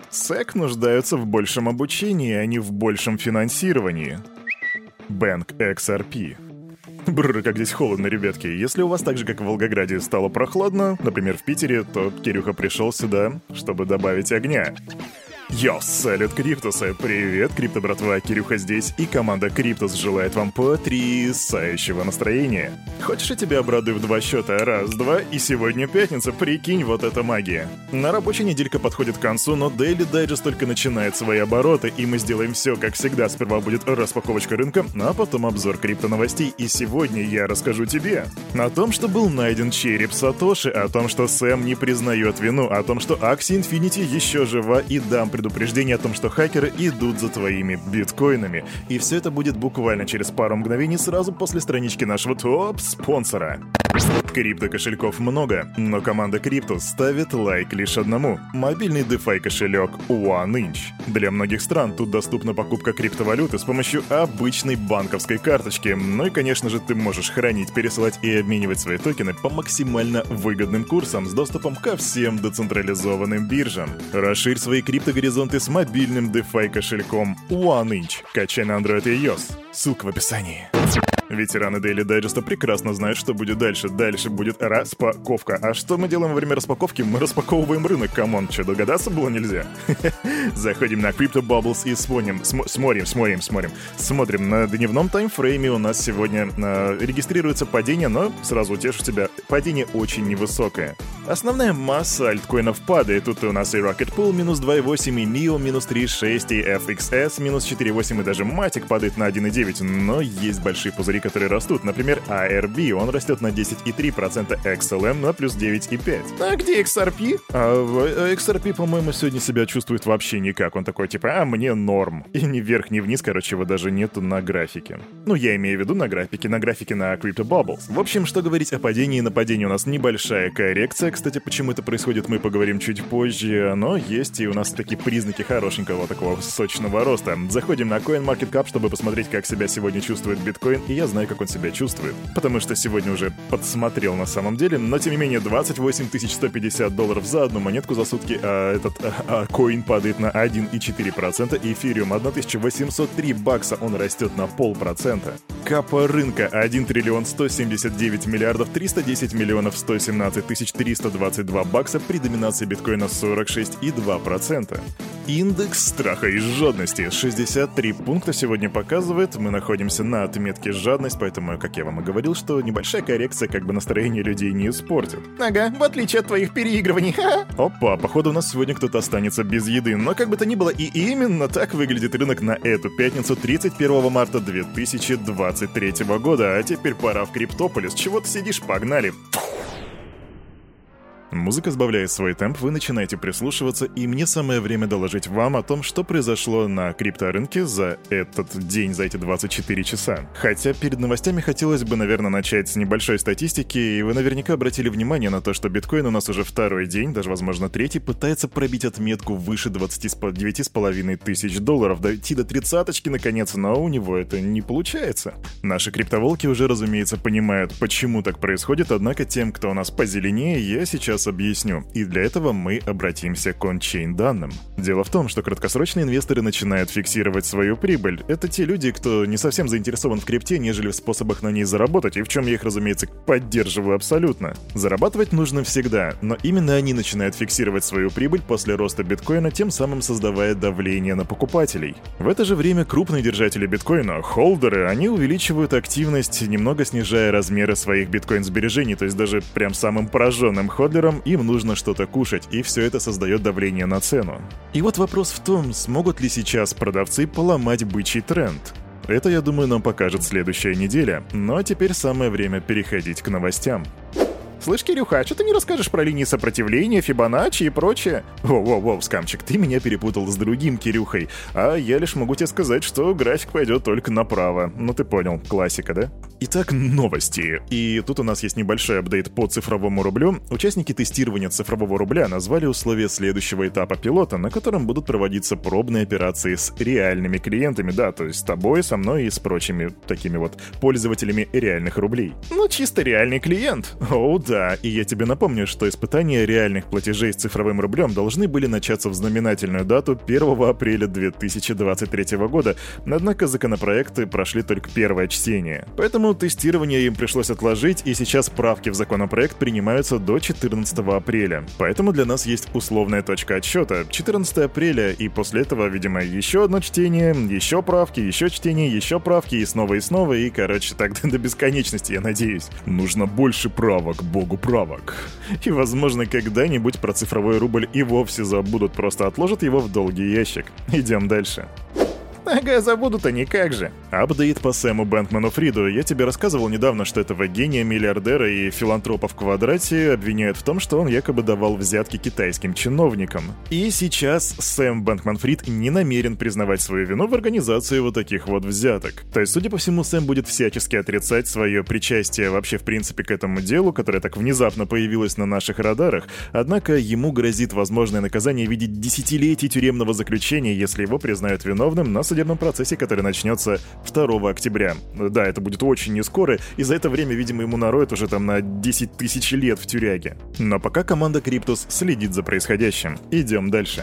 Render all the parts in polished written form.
SEC нуждаются в большем обучении, а не в большем финансировании. Bank XRP. Бррр, как здесь холодно, ребятки. Если у вас так же, как в Волгограде, стало прохладно, например, в Питере, то Кирюха пришел сюда, чтобы добавить огня. Йо, салют, Криптусы! Привет, Крипто братва, Кирюха здесь, и команда Криптус желает вам потрясающего настроения. Хочешь, я тебя обрадую в 2 счета? 1, 2, и сегодня пятница, прикинь, вот это магия. На рабочая неделька подходит к концу, но Daily Digest только начинает свои обороты, и мы сделаем все, как всегда. Сперва будет распаковочка рынка, а потом обзор крипто-новостей, и сегодня я расскажу тебе о том, что был найден череп Сатоши, о том, что Сэм не признает вину, о том, что Axie Infinity еще жива, и дам предупреждение о том, что хакеры идут за твоими биткоинами. И все это будет буквально через пару мгновений сразу после странички нашего топ-спонсора. Крипто-кошельков много, но команда Криптус ставит лайк лишь одному — мобильный DeFi кошелек OneInch. Для многих стран тут доступна покупка криптовалюты с помощью обычной банковской карточки. Ну и, конечно же, ты можешь хранить, пересылать и обменивать свои токены по максимально выгодным курсам с доступом ко всем децентрализованным биржам. Расширь свои криптогоризонты с мобильным DeFi кошельком OneInch. Качай на Android и iOS. Ссылка в описании. Ветераны Daily Digest прекрасно знают, что будет дальше. Дальше будет распаковка. А что мы делаем во время распаковки? Мы распаковываем рынок, камон. Что, догадаться было нельзя? Заходим на Crypto Bubbles и смотрим. На дневном таймфрейме у нас сегодня регистрируется падение, но сразу утешу тебя, падение очень невысокое. Основная масса альткоинов падает. Тут у нас и Rocket Pool минус 2,8, и NIO минус 3,6, и FXS минус 4,8, и даже Matic падает на 1,9. Но есть большие пузыри, которые растут. Например, ARB, он растет на 10,3%, XLM на плюс 9,5%. А где XRP? XRP, по-моему, сегодня себя чувствует вообще никак. Он такой, типа, мне норм. И ни вверх, ни вниз, короче, его даже нету на графике. Ну, я имею в виду на графике на Crypto Bubbles. В общем, что говорить о падении? На падении у нас небольшая коррекция. Кстати, почему это происходит, мы поговорим чуть позже. Но есть и у нас такие признаки хорошенького такого сочного роста. Заходим на CoinMarketCap, чтобы посмотреть, как себя сегодня чувствует биткоин. И я знаю, как он себя чувствует. Потому что сегодня уже подсмотрел на самом деле. Но, тем не менее, $28 150 за одну монетку за сутки. Этот коин падает на 1,4%. Эфириум $1803, он растет на 0,5%. Капа рынка 1 триллион 179 миллиардов 310 миллионов 117 тысяч 322 бакса при доминации биткоина 46,2%. Индекс страха и жадности 63 пункта сегодня показывает. Мы находимся на отметке жадность, поэтому, как я вам и говорил, что небольшая коррекция как бы настроение людей не испортит. Ага, в отличие от твоих переигрываний. Опа, походу у нас сегодня кто-то останется без еды. Но как бы то ни было, и именно так выглядит рынок на эту пятницу, 31 марта 2023 года. А теперь пора в Криптополис. Чего ты сидишь? Погнали! Музыка сбавляет свой темп, вы начинаете прислушиваться, и мне самое время доложить вам о том, что произошло на крипторынке за этот день, за эти 24 часа. Хотя перед новостями хотелось бы, наверное, начать с небольшой статистики, и вы наверняка обратили внимание на то, что биткоин у нас уже второй день, даже, возможно, третий, пытается пробить отметку выше $29,5 тысяч, дойти до 30-очки наконец, но у него это не получается. Наши криптоволки уже, разумеется, понимают, почему так происходит, однако тем, кто у нас позеленее, я сейчас объясню. И для этого мы обратимся к ончейн данным. Дело в том, что краткосрочные инвесторы начинают фиксировать свою прибыль. Это те люди, кто не совсем заинтересован в крипте, нежели в способах на ней заработать, и в чем я их, разумеется, поддерживаю абсолютно. Зарабатывать нужно всегда, но именно они начинают фиксировать свою прибыль после роста биткоина, тем самым создавая давление на покупателей. В это же время крупные держатели биткоина, холдеры, они увеличивают активность, немного снижая размеры своих биткоин-сбережений, то есть даже прям самым пораженным ходлерам им нужно что-то кушать, и все это создает давление на цену. И вот вопрос в том, смогут ли сейчас продавцы поломать бычий тренд. Это, я думаю, нам покажет следующая неделя. Но теперь самое время переходить к новостям. Слышь, Кирюха, а что ты не расскажешь про линии сопротивления, Фибоначчи и прочее? Воу, скамчик, ты меня перепутал с другим Кирюхой. А я лишь могу тебе сказать, что график пойдет только направо. Ну ты понял, классика, да? Итак, новости. И тут у нас есть небольшой апдейт по цифровому рублю. Участники тестирования цифрового рубля назвали условия следующего этапа пилота, на котором будут проводиться пробные операции с реальными клиентами, да, то есть с тобой, со мной и с прочими такими вот пользователями реальных рублей. Ну, чисто реальный клиент. Оу, Да, и я тебе напомню, что испытания реальных платежей с цифровым рублем должны были начаться в знаменательную дату 1 апреля 2023 года, однако законопроекты прошли только первое чтение. Поэтому тестирование им пришлось отложить, и сейчас правки в законопроект принимаются до 14 апреля. Поэтому для нас есть условная точка отсчета — 14 апреля, и после этого, видимо, еще одно чтение, еще правки, еще чтение, еще правки, и снова, и, короче, так до бесконечности, я надеюсь. Нужно больше правок, богу правок. И, возможно, когда-нибудь про цифровой рубль и вовсе забудут, просто отложат его в долгий ящик. Идем дальше. Ага, забудут-то никак же. Апдейт по Сэму Бэнкману-Фриду. Я тебе рассказывал недавно, что этого гения-миллиардера и филантропа в квадрате обвиняют в том, что он якобы давал взятки китайским чиновникам. И сейчас Сэм Бэнкман-Фрид не намерен признавать свою вину в организации вот таких вот взяток. То есть, судя по всему, Сэм будет всячески отрицать свое причастие вообще в принципе к этому делу, которое так внезапно появилось на наших радарах, однако ему грозит возможное наказание в виде десятилетий тюремного заключения, если его признают виновным на судебном процессе, который начнется 2 октября. Да, это будет очень не скоро, и за это время, видимо, ему нароют уже там на 10 тысяч лет в тюряге. Но пока команда Криптус следит за происходящим. Идем дальше.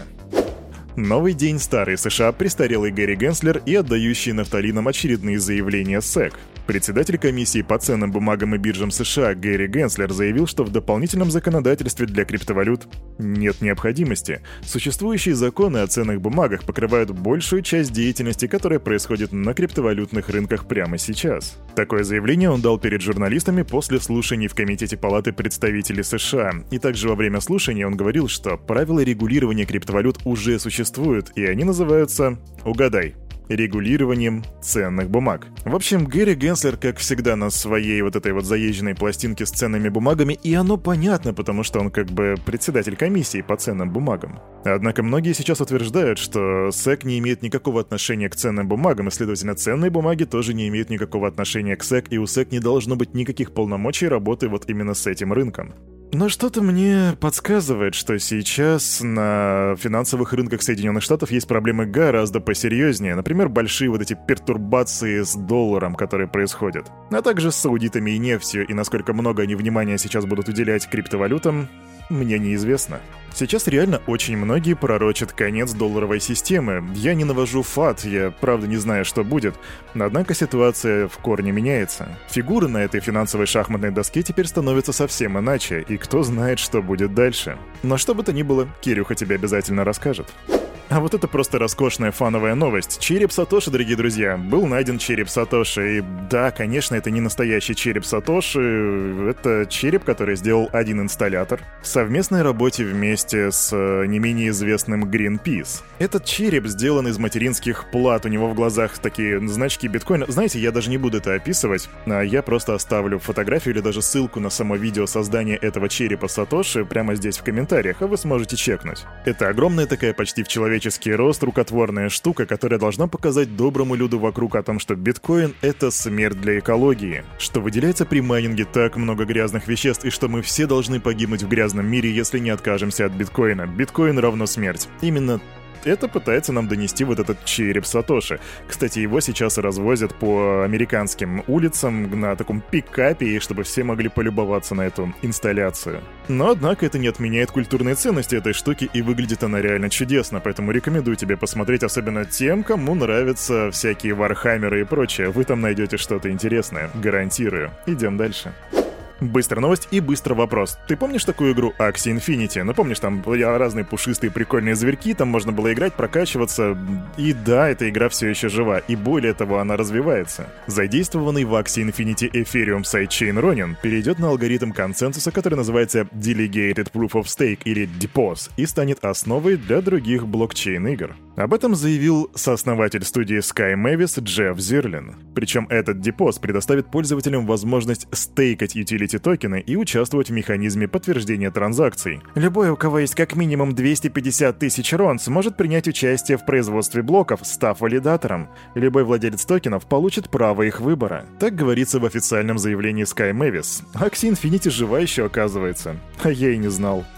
Новый день, старый США, престарелый Гэри Генслер и отдающий нафталинам очередные заявления СЭК. Председатель комиссии по ценным бумагам и биржам США Гэри Генслер заявил, что в дополнительном законодательстве для криптовалют нет необходимости. Существующие законы о ценных бумагах покрывают большую часть деятельности, которая происходит на криптовалютных рынках прямо сейчас. Такое заявление он дал перед журналистами после слушаний в Комитете Палаты представителей США. И также во время слушаний он говорил, что правила регулирования криптовалют уже существуют, и они называются, угадай, регулированием ценных бумаг. В общем, Гэри Генслер, как всегда, на своей вот этой вот заезженной пластинке с ценными бумагами, и оно понятно, потому что он как бы председатель комиссии по ценным бумагам. Однако многие сейчас утверждают, что СЭК не имеет никакого отношения к ценным бумагам, и, следовательно, ценные бумаги тоже не имеют никакого отношения к СЭК, и у СЭК не должно быть никаких полномочий работы вот именно с этим рынком. Но что-то мне подсказывает, что сейчас на финансовых рынках Соединенных Штатов есть проблемы гораздо посерьезнее. Например, большие вот эти пертурбации с долларом, которые происходят. А также с саудитами и нефтью, и насколько много они внимания сейчас будут уделять криптовалютам, мне неизвестно. Сейчас реально очень многие пророчат конец долларовой системы. Я не навожу фат, я правда не знаю, что будет. Однако ситуация в корне меняется. Фигуры на этой финансовой шахматной доске теперь становятся совсем иначе, и кто знает, что будет дальше. Но что бы то ни было, Кирюха тебе обязательно расскажет. А вот это просто роскошная фановая новость. Череп Сатоши, дорогие друзья. Был найден череп Сатоши. И да, конечно, это не настоящий череп Сатоши. Это череп, который сделал один инсталлятор в совместной работе вместе с не менее известным Greenpeace. Этот череп сделан из материнских плат. У него в глазах такие значки биткоина. Знаете, я даже не буду это описывать. Я просто оставлю фотографию или даже ссылку на само видео создания этого черепа Сатоши прямо здесь в комментариях, а вы сможете чекнуть. Это огромная такая, почти в человеческий рост, рукотворная штука, которая должна показать доброму люду вокруг о том, что биткоин — это смерть для экологии, что выделяется при майнинге так много грязных веществ, и что мы все должны погибнуть в грязном мире, если не откажемся от биткоина. Биткоин равно смерть. Именно это пытается нам донести вот этот череп Сатоши. Кстати, его сейчас развозят по американским улицам на таком пикапе, чтобы все могли полюбоваться на эту инсталляцию. Но, однако, это не отменяет культурные ценности этой штуки, и выглядит она реально чудесно, поэтому рекомендую тебе посмотреть, особенно тем, кому нравятся всякие вархаммеры и прочее. Вы там найдете что-то интересное, гарантирую. Идем дальше. Быстрая новость и быстро вопрос. Ты помнишь такую игру Axie Infinity? Ну, помнишь, там разные пушистые прикольные зверьки, там можно было играть, прокачиваться. И да, эта игра все еще жива, и более того, она развивается. Задействованный в Axie Infinity Ethereum сайдчейн Ronin перейдет на алгоритм консенсуса, который называется Delegated Proof of Stake или DPoS, и станет основой для других блокчейн-игр. Об этом заявил сооснователь студии Sky Mavis Джефф Зирлин. Причем этот DPoS предоставит пользователям возможность стейкать utility-токены и участвовать в механизме подтверждения транзакций. Любой, у кого есть как минимум 250 тысяч рон, сможет принять участие в производстве блоков, став валидатором. Любой владелец токенов получит право их выбора. Так говорится в официальном заявлении Sky Mavis. Axie Infinity жива еще, оказывается. А я и не знал.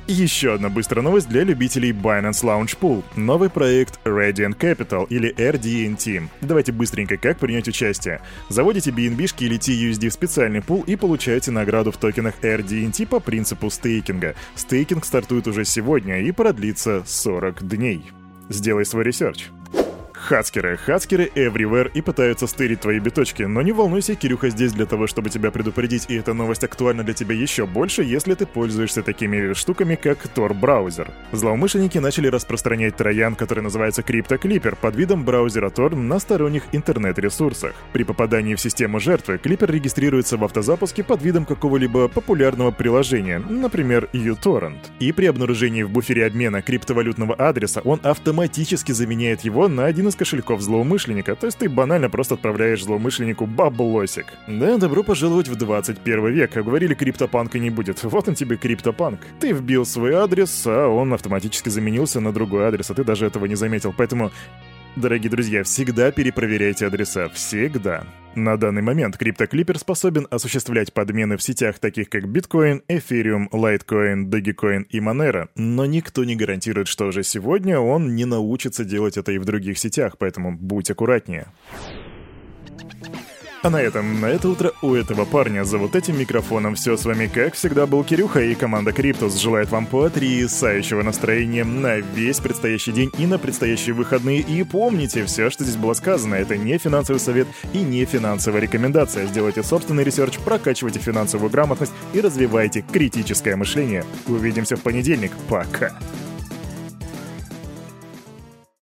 Еще одна быстрая новость для любителей Binance Launch Pool. Новый проект Radiant Capital или RDNT. Давайте быстренько, как принять участие. Заводите BNB-шки или TUSD в специальный пул и получаете награду в токенах RDNT по принципу стейкинга. Стейкинг стартует уже сегодня и продлится 40 дней. Сделай свой ресерч. Хацкеры everywhere и пытаются стырить твои биточки, но не волнуйся, Кирюха здесь для того, чтобы тебя предупредить, и эта новость актуальна для тебя еще больше, если ты пользуешься такими штуками, как Tor-браузер. Злоумышленники начали распространять троян, который называется CryptoClipper, под видом браузера Tor на сторонних интернет-ресурсах. При попадании в систему жертвы, Clipper регистрируется в автозапуске под видом какого-либо популярного приложения, например, uTorrent. И при обнаружении в буфере обмена криптовалютного адреса он автоматически заменяет его на один из кошельков злоумышленника, то есть ты банально просто отправляешь злоумышленнику баблосик. Да, добро пожаловать в 21 век. Говорили, криптопанка не будет. Вот он тебе криптопанк. Ты вбил свой адрес, а он автоматически заменился на другой адрес, а ты даже этого не заметил. Поэтому, дорогие друзья, всегда перепроверяйте адреса. Всегда. На данный момент CryptoClipper способен осуществлять подмены в сетях таких как Bitcoin, Ethereum, Litecoin, Dogecoin и Monero, но никто не гарантирует, что уже сегодня он не научится делать это и в других сетях, поэтому будь аккуратнее. А на это утро у этого парня за вот этим микрофоном все. С вами, как всегда, был Кирюха, и команда Криптус желает вам потрясающего настроения на весь предстоящий день и на предстоящие выходные. И помните, все, что здесь было сказано, это не финансовый совет и не финансовая рекомендация. Сделайте собственный ресерч, прокачивайте финансовую грамотность и развивайте критическое мышление. Увидимся в понедельник. Пока.